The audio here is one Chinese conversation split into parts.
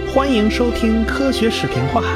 欢迎收听科学视频化。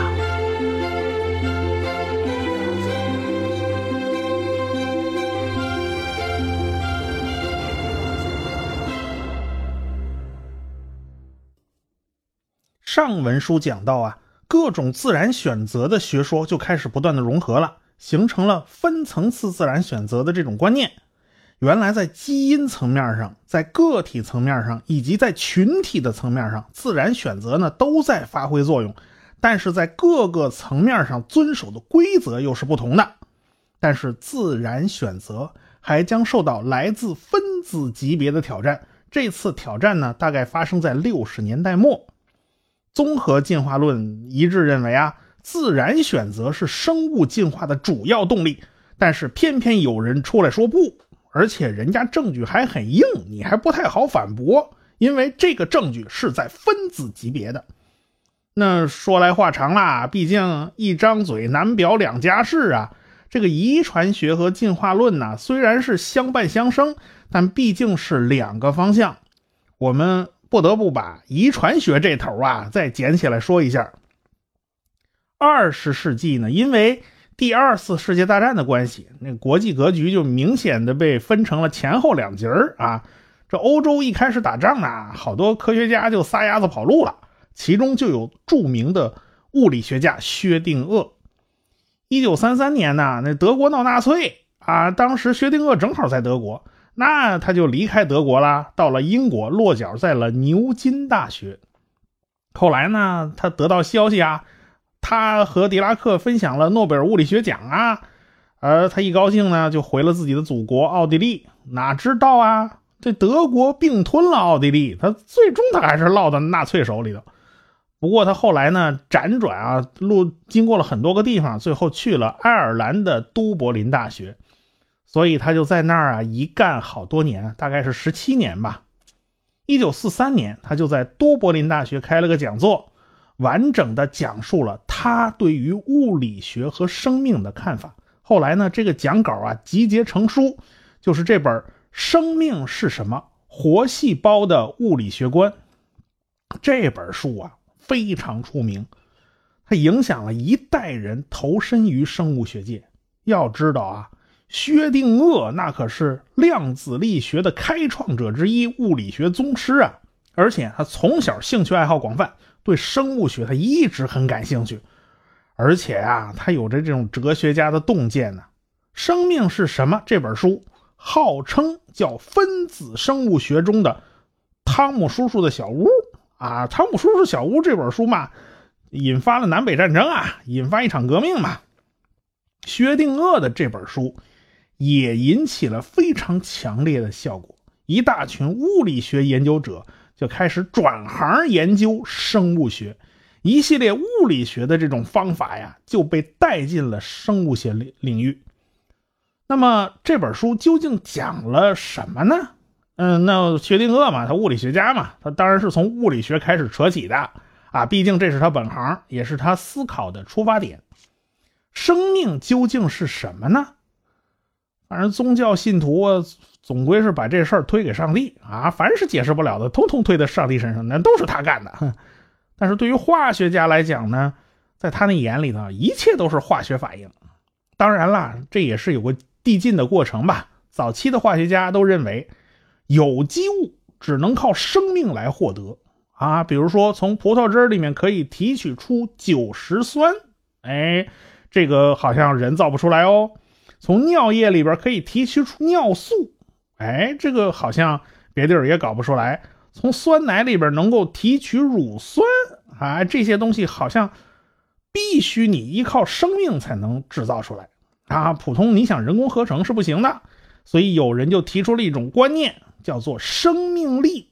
上文书讲到啊，各种自然选择的学说就开始不断的融合了，形成了分层次自然选择的这种观念。原来在基因层面上，在个体层面上，以及在群体的层面上，自然选择呢都在发挥作用，但是在各个层面上遵守的规则又是不同的。但是自然选择还将受到来自分子级别的挑战，这次挑战呢大概发生在60年代末。综合进化论一致认为啊，自然选择是生物进化的主要动力，但是偏偏有人出来说不，而且人家证据还很硬，你还不太好反驳，因为这个证据是在分子级别的。那说来话长啦，毕竟一张嘴难表两家事啊。这个遗传学和进化论呢，虽然是相伴相生，但毕竟是两个方向。我们不得不把遗传学这头啊再捡起来说一下。20世纪呢，因为第二次世界大战的关系，那国际格局就明显的被分成了前后两截啊。这欧洲一开始打仗呢，好多科学家就撒丫子跑路了，其中就有著名的物理学家薛定谔。1933年呢，那德国闹纳粹啊，当时薛定谔正好在德国，那他就离开德国了，到了英国，落脚在了牛津大学。后来呢，他得到消息啊，他和狄拉克分享了诺贝尔物理学奖啊，他一高兴呢，就回了自己的祖国奥地利。哪知道啊，这德国并吞了奥地利，他最终还是落到纳粹手里头。不过他后来呢，辗转啊，经过了很多个地方，最后去了爱尔兰的都柏林大学。所以他就在那儿啊一干好多年，大概是17年吧。1943年，他就在都柏林大学开了个讲座，完整的讲述了他对于物理学和生命的看法。后来呢，这个讲稿啊集结成书，就是这本《生命是什么？活细胞的物理学观》。这本书啊非常出名，它影响了一代人投身于生物学界。要知道啊，薛定谔那可是量子力学的开创者之一，物理学宗师啊！而且他从小兴趣爱好广泛，对生物学他一直很感兴趣。而且啊，他有着这种哲学家的洞见呢。生命是什么？这本书号称叫分子生物学中的汤姆叔叔的小屋啊。汤姆叔叔小屋这本书嘛，引发了南北战争啊，引发一场革命嘛。薛定谔的这本书也引起了非常强烈的效果，一大群物理学研究者就开始转行研究生物学，一系列物理学的这种方法呀就被带进了生物学领域。那么这本书究竟讲了什么呢？那薛定谔嘛，他物理学家嘛，他当然是从物理学开始扯起的啊，毕竟这是他本行，也是他思考的出发点。生命究竟是什么呢？反正宗教信徒啊，总归是把这事儿推给上帝啊，凡是解释不了的，通通推到上帝身上，那都是他干的。但是对于化学家来讲呢，在他那眼里头，一切都是化学反应。当然啦，这也是有个递进的过程吧。早期的化学家都认为，有机物只能靠生命来获得啊，比如说从葡萄汁里面可以提取出90酸，这个好像人造不出来哦。从尿液里边可以提取出尿素，这个好像别地儿也搞不出来。从酸奶里边能够提取乳酸啊，这些东西好像必须你依靠生命才能制造出来啊，普通你想人工合成是不行的。所以有人就提出了一种观念，叫做生命力。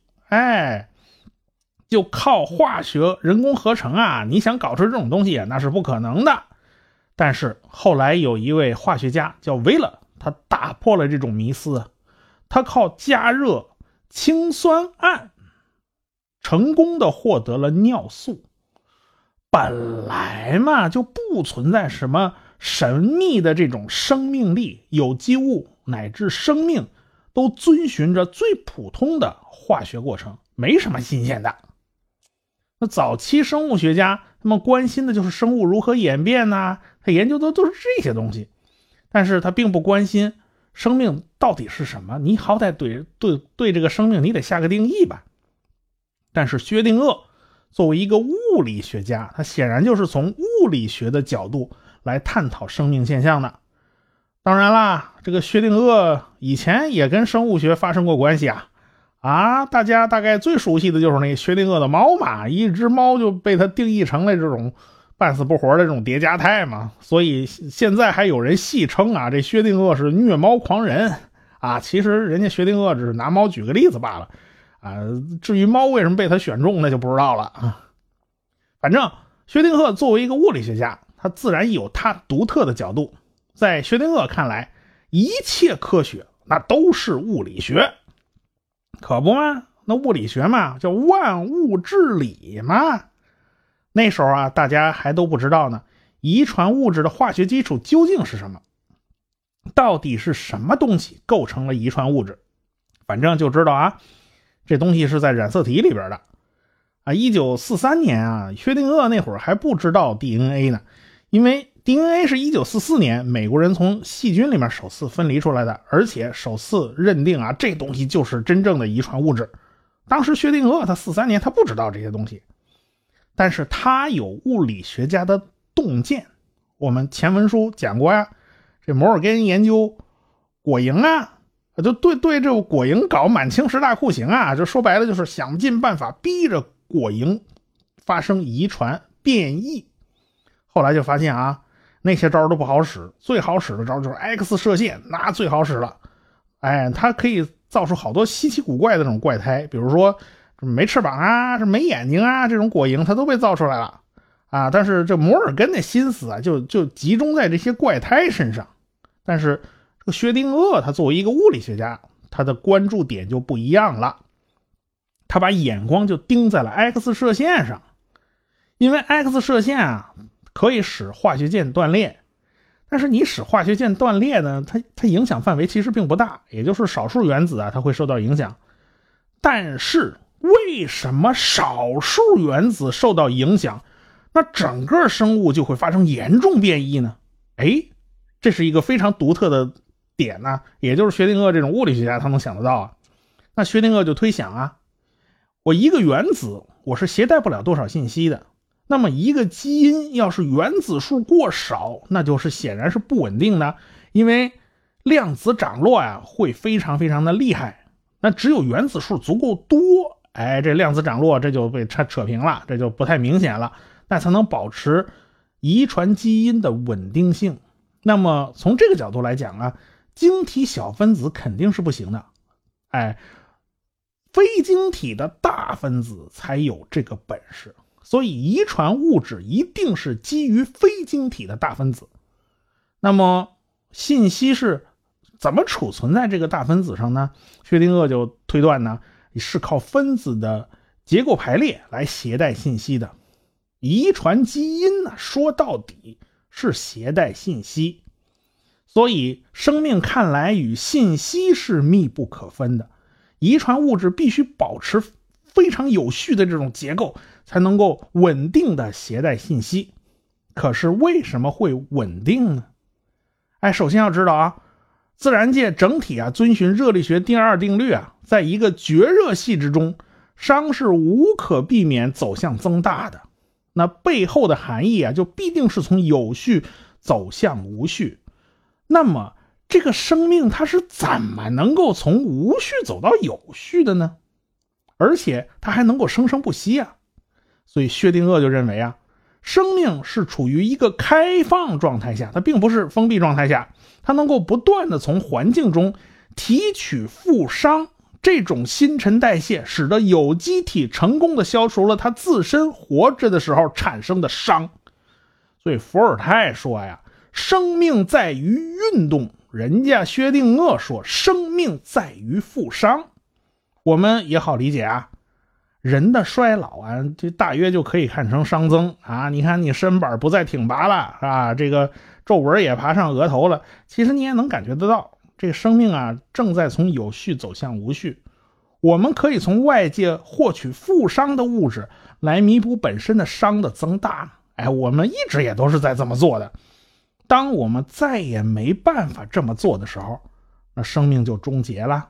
就靠化学人工合成啊，你想搞出这种东西那是不可能的。但是后来有一位化学家叫威勒，他打破了这种迷思，他靠加热氢酸铵成功的获得了尿素。本来嘛就不存在什么神秘的这种生命力，有机物乃至生命都遵循着最普通的化学过程，没什么新鲜的。 那早期生物学家他们关心的就是生物如何演变呐，他研究的都是这些东西，但是他并不关心生命到底是什么，你好歹对这个生命你得下个定义吧。但是薛定谔作为一个物理学家，他显然就是从物理学的角度来探讨生命现象的。当然啦，这个薛定谔以前也跟生物学发生过关系大家大概最熟悉的就是那薛定谔的猫嘛，一只猫就被他定义成了这种半死不活的这种叠加态嘛，所以现在还有人戏称这薛定谔是虐猫狂人其实人家薛定谔只是拿猫举个例子罢了至于猫为什么被他选中那就不知道了反正薛定谔作为一个物理学家，他自然有他独特的角度。在薛定谔看来，一切科学那都是物理学，可不嘛？那物理学嘛，叫万物之理嘛。那时候大家还都不知道呢，遗传物质的化学基础究竟是什么？到底是什么东西构成了遗传物质？反正就知道这东西是在染色体里边的。1943年薛定谔那会儿还不知道 DNA 呢，因为 DNA 是1944年美国人从细菌里面首次分离出来的，而且首次认定这东西就是真正的遗传物质。当时薛定谔他43年他不知道这些东西，但是他有物理学家的洞见。我们前文书讲过这摩尔根研究果蝇就对这个果蝇搞满清十大酷刑就说白了就是想尽办法逼着果蝇发生遗传变异。后来就发现那些招都不好使，最好使的招就是 X 射线，那最好使了。它可以造出好多稀奇古怪的这种怪胎，比如说没翅膀是没眼睛这种果蝇它都被造出来了但是这摩尔根的心思就集中在这些怪胎身上。但是这个薛定谔他作为一个物理学家，他的关注点就不一样了，他把眼光就盯在了 X 射线上。因为 X 射线可以使化学键断裂，但是你使化学键断裂呢，它影响范围其实并不大，也就是少数原子它会受到影响。但是为什么少数原子受到影响，那整个生物就会发生严重变异呢？这是一个非常独特的点也就是薛定谔这种物理学家他能想得到那薛定谔就推想我一个原子我是携带不了多少信息的，那么一个基因要是原子数过少，那就是显然是不稳定的，因为量子涨落会非常非常的厉害。那只有原子数足够多，这量子涨落这就被扯平了，这就不太明显了，那才能保持遗传基因的稳定性。那么从这个角度来讲晶体小分子肯定是不行的，非晶体的大分子才有这个本事。所以遗传物质一定是基于非晶体的大分子。那么信息是怎么储存在这个大分子上呢？薛定谔就推断是靠分子的结构排列来携带信息的。遗传基因说到底是携带信息，所以生命看来与信息是密不可分的。遗传物质必须保持非常有序的这种结构，才能够稳定的携带信息。可是为什么会稳定呢？首先要知道自然界整体遵循热力学第二定律在一个绝热系之中，熵是无可避免走向增大的。那背后的含义就必定是从有序走向无序。那么这个生命它是怎么能够从无序走到有序的呢？而且它还能够生生不息所以薛定谔就认为生命是处于一个开放状态下，它并不是封闭状态下，它能够不断的从环境中提取负熵，这种新陈代谢使得有机体成功的消除了它自身活着的时候产生的熵。所以伏尔泰说生命在于运动，人家薛定谔说生命在于负熵。我们也好理解人的衰老这大约就可以看成熵增你看你身板不再挺拔了这个皱纹也爬上额头了，其实你也能感觉得到，这个生命正在从有序走向无序。 我们可以从外界获取负伤的物质来弥补本身的伤的增大。我们一直也都是在这么做的。当我们再也没办法这么做的时候，那生命就终结了。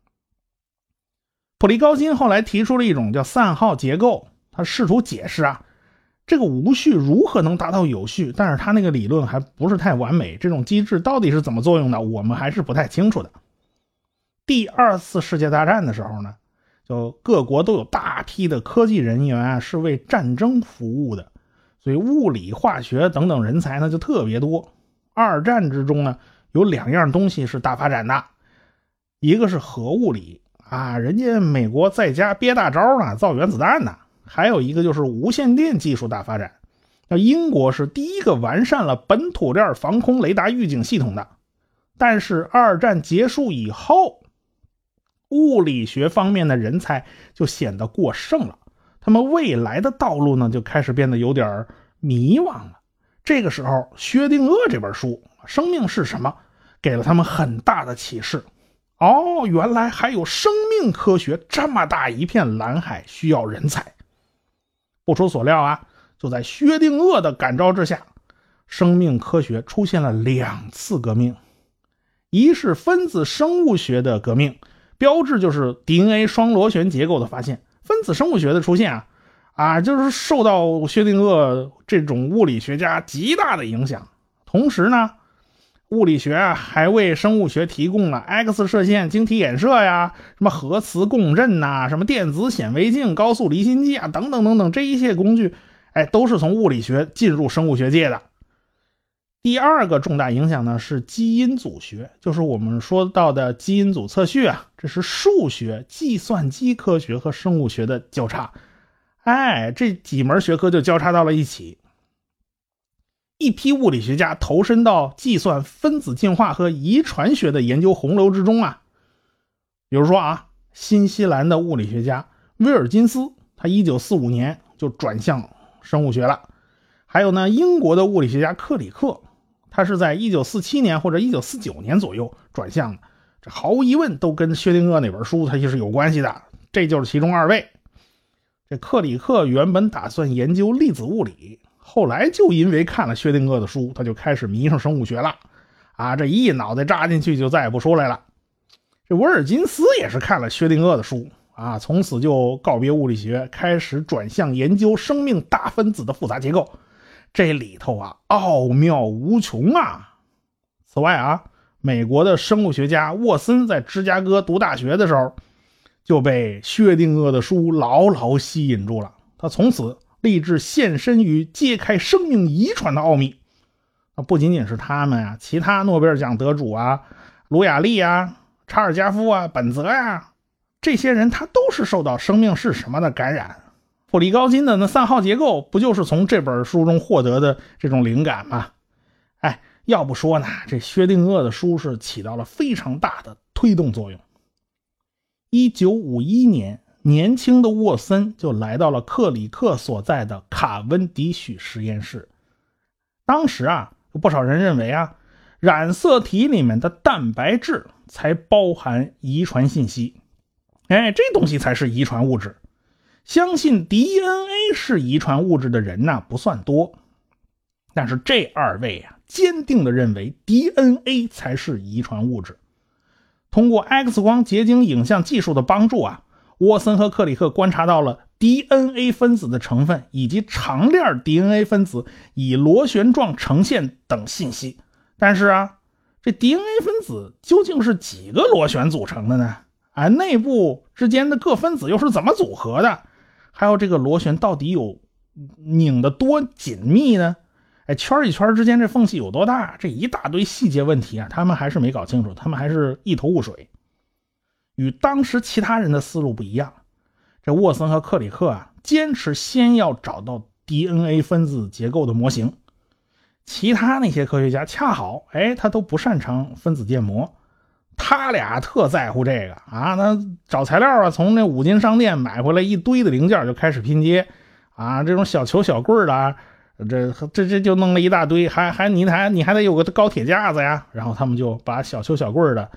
普利高津后来提出了一种叫散耗结构，他试图解释这个无序如何能达到有序，但是他那个理论还不是太完美，这种机制到底是怎么作用的，我们还是不太清楚的。第二次世界大战的时候呢，就各国都有大批的科技人员是为战争服务的，所以物理、化学等等人才呢就特别多。二战之中呢，有2样东西是大发展的，一个是核物理人家美国在家憋大招呢，造原子弹呢。还有一个就是无线电技术大发展。英国是第一个完善了本土链防空雷达预警系统的。但是二战结束以后，物理学方面的人才就显得过剩了，他们未来的道路呢就开始变得有点迷惘了。这个时候薛定谔这本书《生命是什么》给了他们很大的启示。原来还有生命科学这么大一片蓝海需要人才。不出所料就在薛定谔的感召之下，生命科学出现了2次革命。一是分子生物学的革命，标志就是 DNA 双螺旋结构的发现。分子生物学的出现就是受到薛定谔这种物理学家极大的影响。同时呢，物理学还为生物学提供了 X 射线晶体衍射什么核磁共振什么电子显微镜、高速离心机等等等等，这一切工具都是从物理学进入生物学界的。第二个重大影响呢是基因组学，就是我们说到的基因组测序这是数学、计算机科学和生物学的交叉。这几门学科就交叉到了一起。一批物理学家投身到计算分子进化和遗传学的研究洪流之中比如说新西兰的物理学家威尔金斯，他1945年就转向生物学了。还有呢，英国的物理学家克里克，他是在1947年或者1949年左右转向的。这毫无疑问都跟薛定谔那本书它是有关系的，这就是其中2位。这克里克原本打算研究粒子物理，后来就因为看了薛定谔的书，他就开始迷上生物学了这一脑袋扎进去就再也不出来了。这威尔金斯也是看了薛定谔的书从此就告别物理学，开始转向研究生命大分子的复杂结构。这里头奥妙无穷此外美国的生物学家沃森在芝加哥读大学的时候就被薛定谔的书牢牢吸引住了，他从此立志献身于揭开生命遗传的奥秘。不仅仅是他们其他诺贝尔奖得主卢亚利查尔加夫本泽这些人他都是受到生命是什么的感染。普利高津的那散耗结构不就是从这本书中获得的这种灵感吗？要不说呢，这薛定谔的书是起到了非常大的推动作用。1951年，年轻的沃森就来到了克里克所在的卡温迪许实验室。当时有不少人认为染色体里面的蛋白质才包含遗传信息，这东西才是遗传物质。相信 DNA 是遗传物质的人不算多，但是这2位坚定地认为 DNA 才是遗传物质。通过 X 光结晶影像技术的帮助沃森和克里克观察到了 DNA 分子的成分以及长链 DNA 分子以螺旋状呈现等信息。但是这 DNA 分子究竟是几个螺旋组成的呢？内部之间的各分子又是怎么组合的？还有这个螺旋到底有拧得多紧密呢？圈与圈之间这缝隙有多大？这一大堆细节问题他们还是没搞清楚，他们还是一头雾水。与当时其他人的思路不一样，这沃森和克里克坚持先要找到 DNA 分子结构的模型。其他那些科学家恰好他都不擅长分子建模，他俩特在乎这个他找材料从那五金商店买回来一堆的零件就开始拼接这种小球小棍的这就弄了一大堆，你还得有个高铁架子呀。然后他们就把小球小棍的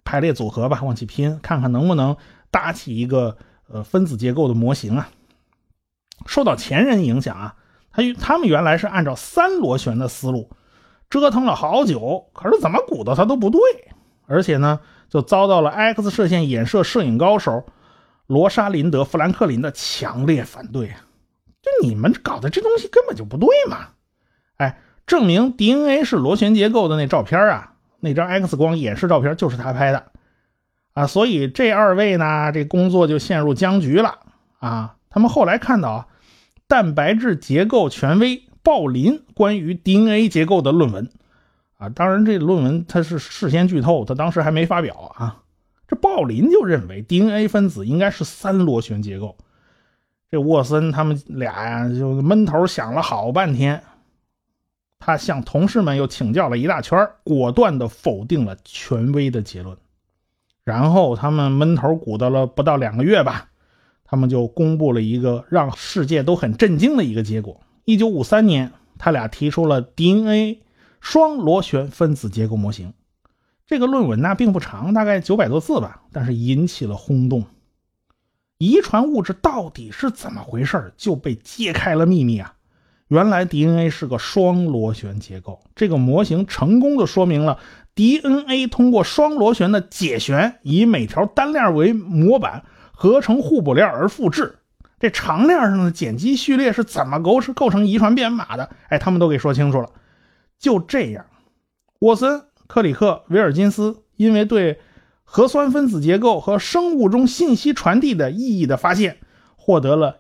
排列组合吧，往起拼，看看能不能搭起一个分子结构的模型啊。受到前人影响啊，他们原来是按照3螺旋的思路折腾了好久，可是怎么鼓捣它都不对，而且呢就遭到了 X 射线衍射摄影高手罗莎琳德·富兰克林的强烈反对啊！就你们搞的这东西根本就不对嘛！证明 DNA 是螺旋结构的那照片啊，那张 X 光演示照片就是他拍的啊，所以这2位呢，这工作就陷入僵局了啊！他们后来看到蛋白质结构权威鲍林关于 DNA 结构的论文啊，当然这论文它是事先剧透，他当时还没发表啊。这鲍林就认为 DNA 分子应该是3螺旋结构，这沃森他们俩呀就闷头想了好半天，他向同事们又请教了一大圈，果断地否定了权威的结论。然后他们闷头鼓捣了不到2个月吧，他们就公布了一个让世界都很震惊的一个结果。1953年，他俩提出了 DNA 双螺旋分子结构模型。这个论文呢并不长，大概900多字吧，但是引起了轰动。遗传物质到底是怎么回事，就被揭开了秘密啊！原来 DNA 是个双螺旋结构，这个模型成功的说明了 DNA 通过双螺旋的解旋，以每条单链为模板合成互补链而复制。这长链上的碱基序列是怎么构成遗传编码的，他们都给说清楚了。就这样，沃森、克里克、维尔金斯因为对核酸分子结构和生物钟信息传递的意义的发现，获得了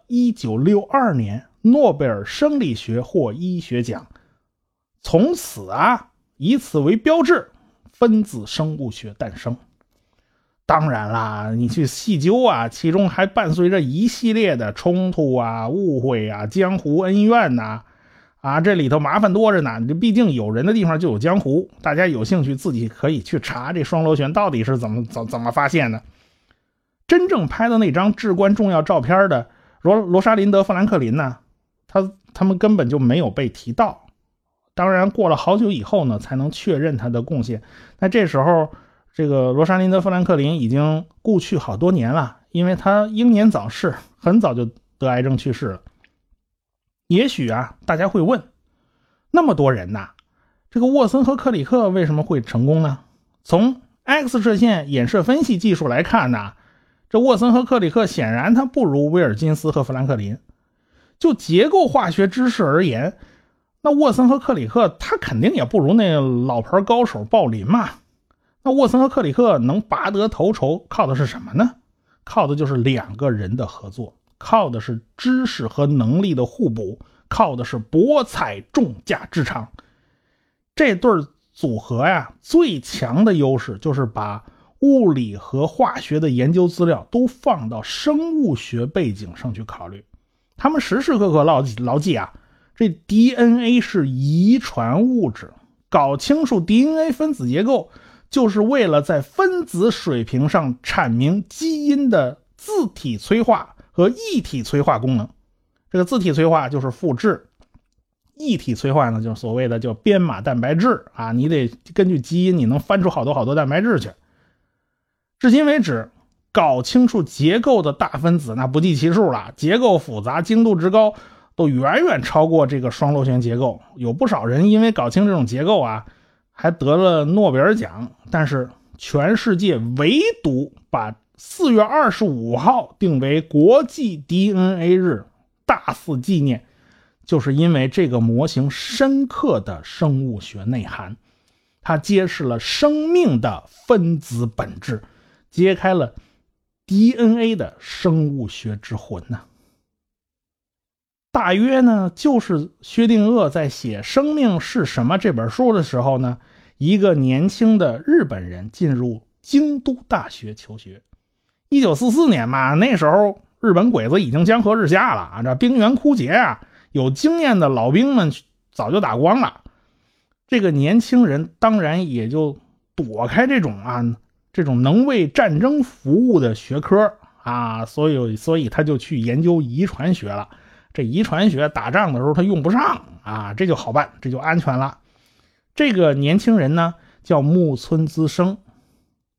1962年诺贝尔生理学或医学奖。从此啊，以此为标志，分子生物学诞生。当然啦，你去细究啊，其中还伴随着一系列的冲突啊、误会啊、江湖恩怨呐，这里头麻烦多着呢。毕竟有人的地方就有江湖，大家有兴趣自己可以去查这双螺旋到底是怎么发现的。真正拍的那张至关重要照片的罗莎琳德·富兰克林呢，他们根本就没有被提到。当然过了好久以后呢，才能确认他的贡献。那这时候这个罗莎琳德·富兰克林已经故去好多年了，因为他英年早逝，很早就得癌症去世了。也许啊，大家会问，那么多人呐，这个沃森和克里克为什么会成功呢？从 X 射线衍射分析技术来看呢，这沃森和克里克显然他不如威尔金斯和富兰克林。就结构化学知识而言，那沃森和克里克他肯定也不如那老牌高手鲍林嘛。那沃森和克里克能拔得头筹，靠的是什么呢？靠的就是2个人的合作，靠的是知识和能力的互补，靠的是博采众家之长。这对组合呀，最强的优势就是把物理和化学的研究资料都放到生物学背景上去考虑。他们时时刻刻牢记啊，这 DNA 是遗传物质，搞清楚 DNA 分子结构就是为了在分子水平上阐明基因的自体催化和异体催化功能。这个自体催化就是复制，异体催化呢就是所谓的叫编码蛋白质啊，你得根据基因你能翻出好多蛋白质去。至今为止，搞清楚结构的大分子那不计其数了，结构复杂，精度之高，都远远超过这个双螺旋结构。有不少人因为搞清这种结构啊，还得了诺贝尔奖。但是全世界唯独把4月25号定为国际 DNA 日，大肆纪念，就是因为这个模型深刻的生物学内涵，它揭示了生命的分子本质，揭开了 DNA 的生物学之魂呢。大约呢，就是薛定谔在写《生命是什么》这本书的时候呢，一个年轻的日本人进入京都大学求学。1944年嘛，那时候日本鬼子已经江河日下了，这兵源枯竭啊，有经验的老兵们早就打光了。这个年轻人当然也就躲开这种能为战争服务的学科啊，所以他就去研究遗传学了。这遗传学打仗的时候他用不上啊，这就好办，这就安全了。这个年轻人呢叫木村资生。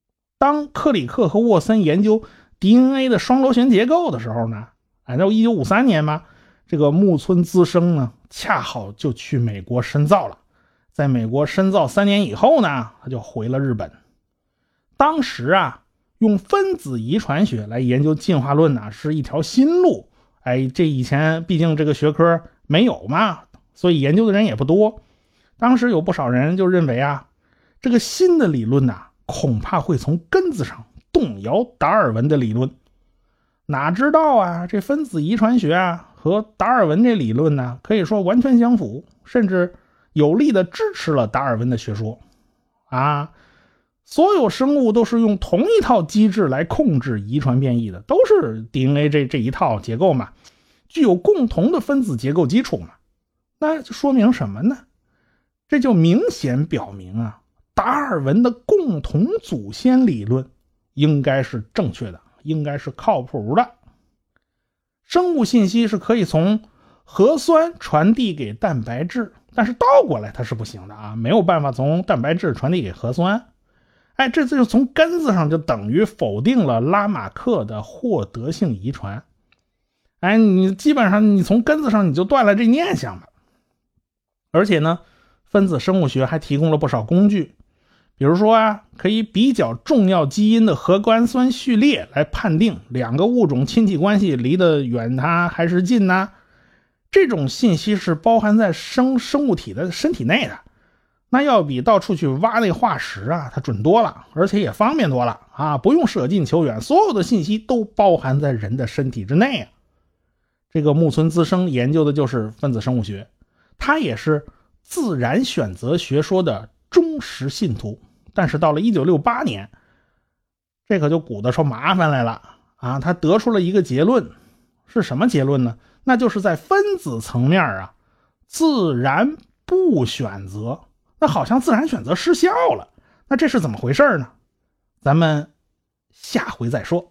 当克里克和沃森研究 DNA 的双螺旋结构的时候呢，按照1953年嘛，这个木村资生呢恰好就去美国深造了。在美国深造3年以后呢，他就回了日本。当时啊，用分子遗传学来研究进化论呢，是一条新路。这以前毕竟这个学科没有嘛，所以研究的人也不多。当时有不少人就认为啊，这个新的理论呢，恐怕会从根子上动摇达尔文的理论。哪知道啊，这分子遗传学啊和达尔文这理论呢，可以说完全相符，甚至有力的支持了达尔文的学说啊。所有生物都是用同一套机制来控制遗传变异的，都是 DNA 这一套结构嘛，具有共同的分子结构基础嘛。那就说明什么呢？这就明显表明啊，达尔文的共同祖先理论应该是正确的，应该是靠谱的。生物信息是可以从核酸传递给蛋白质，但是倒过来它是不行的啊，没有办法从蛋白质传递给核酸。这次就从根子上就等于否定了拉马克的获得性遗传。你基本上你从根子上你就断了这念想了。而且呢，分子生物学还提供了不少工具，比如说啊，可以比较重要基因的核苷酸序列来判定两个物种亲戚关系离得远还是近呢？这种信息是包含在生物体的身体内的。那要比到处去挖那化石啊，它准多了，而且也方便多了啊！不用舍近求远，所有的信息都包含在人的身体之内啊。这个木村资生研究的就是分子生物学，他也是自然选择学说的忠实信徒。但是到了1968年，这可就鼓捣出麻烦来了啊！他得出了一个结论，是什么结论呢？那就是在分子层面啊，自然不选择。那好像自然选择失效了，那这是怎么回事呢？咱们下回再说。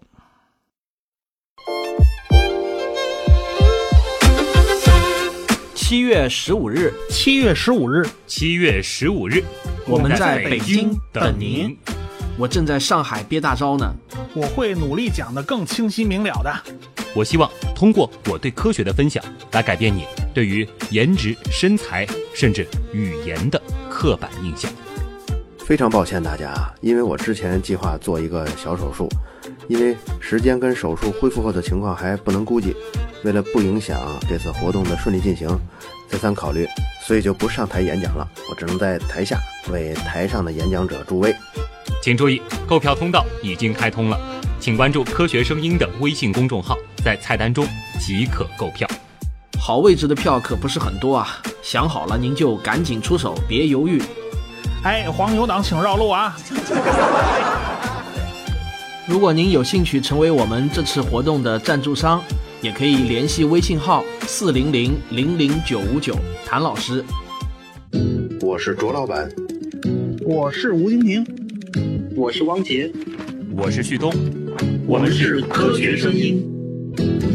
7月15日 ，7月15日 ，7月15日， 我们在北京等您。我正在上海憋大招呢。 我会努力讲得更清晰明了的。 我希望通过我对科学的分享，来改变你对于颜值、身材甚至语言的刻板印象。 非常抱歉大家，因为我之前计划做一个小手术，因为时间跟手术恢复后的情况还不能估计，为了不影响这次活动的顺利进行，再三考虑，所以就不上台演讲了，我只能在台下为台上的演讲者助威。 请注意，购票通道已经开通了，请关注科学声音的微信公众号，在菜单中即可购票。 好位置的票可不是很多啊，想好了您就赶紧出手，别犹豫。 黄牛党请绕路啊！ 如果您有兴趣成为我们这次活动的赞助商，也可以联系微信号400-00959谭老师。 我是卓老板， 我是吴金平， 我是汪杰， 我是旭东， 我们是科学声音。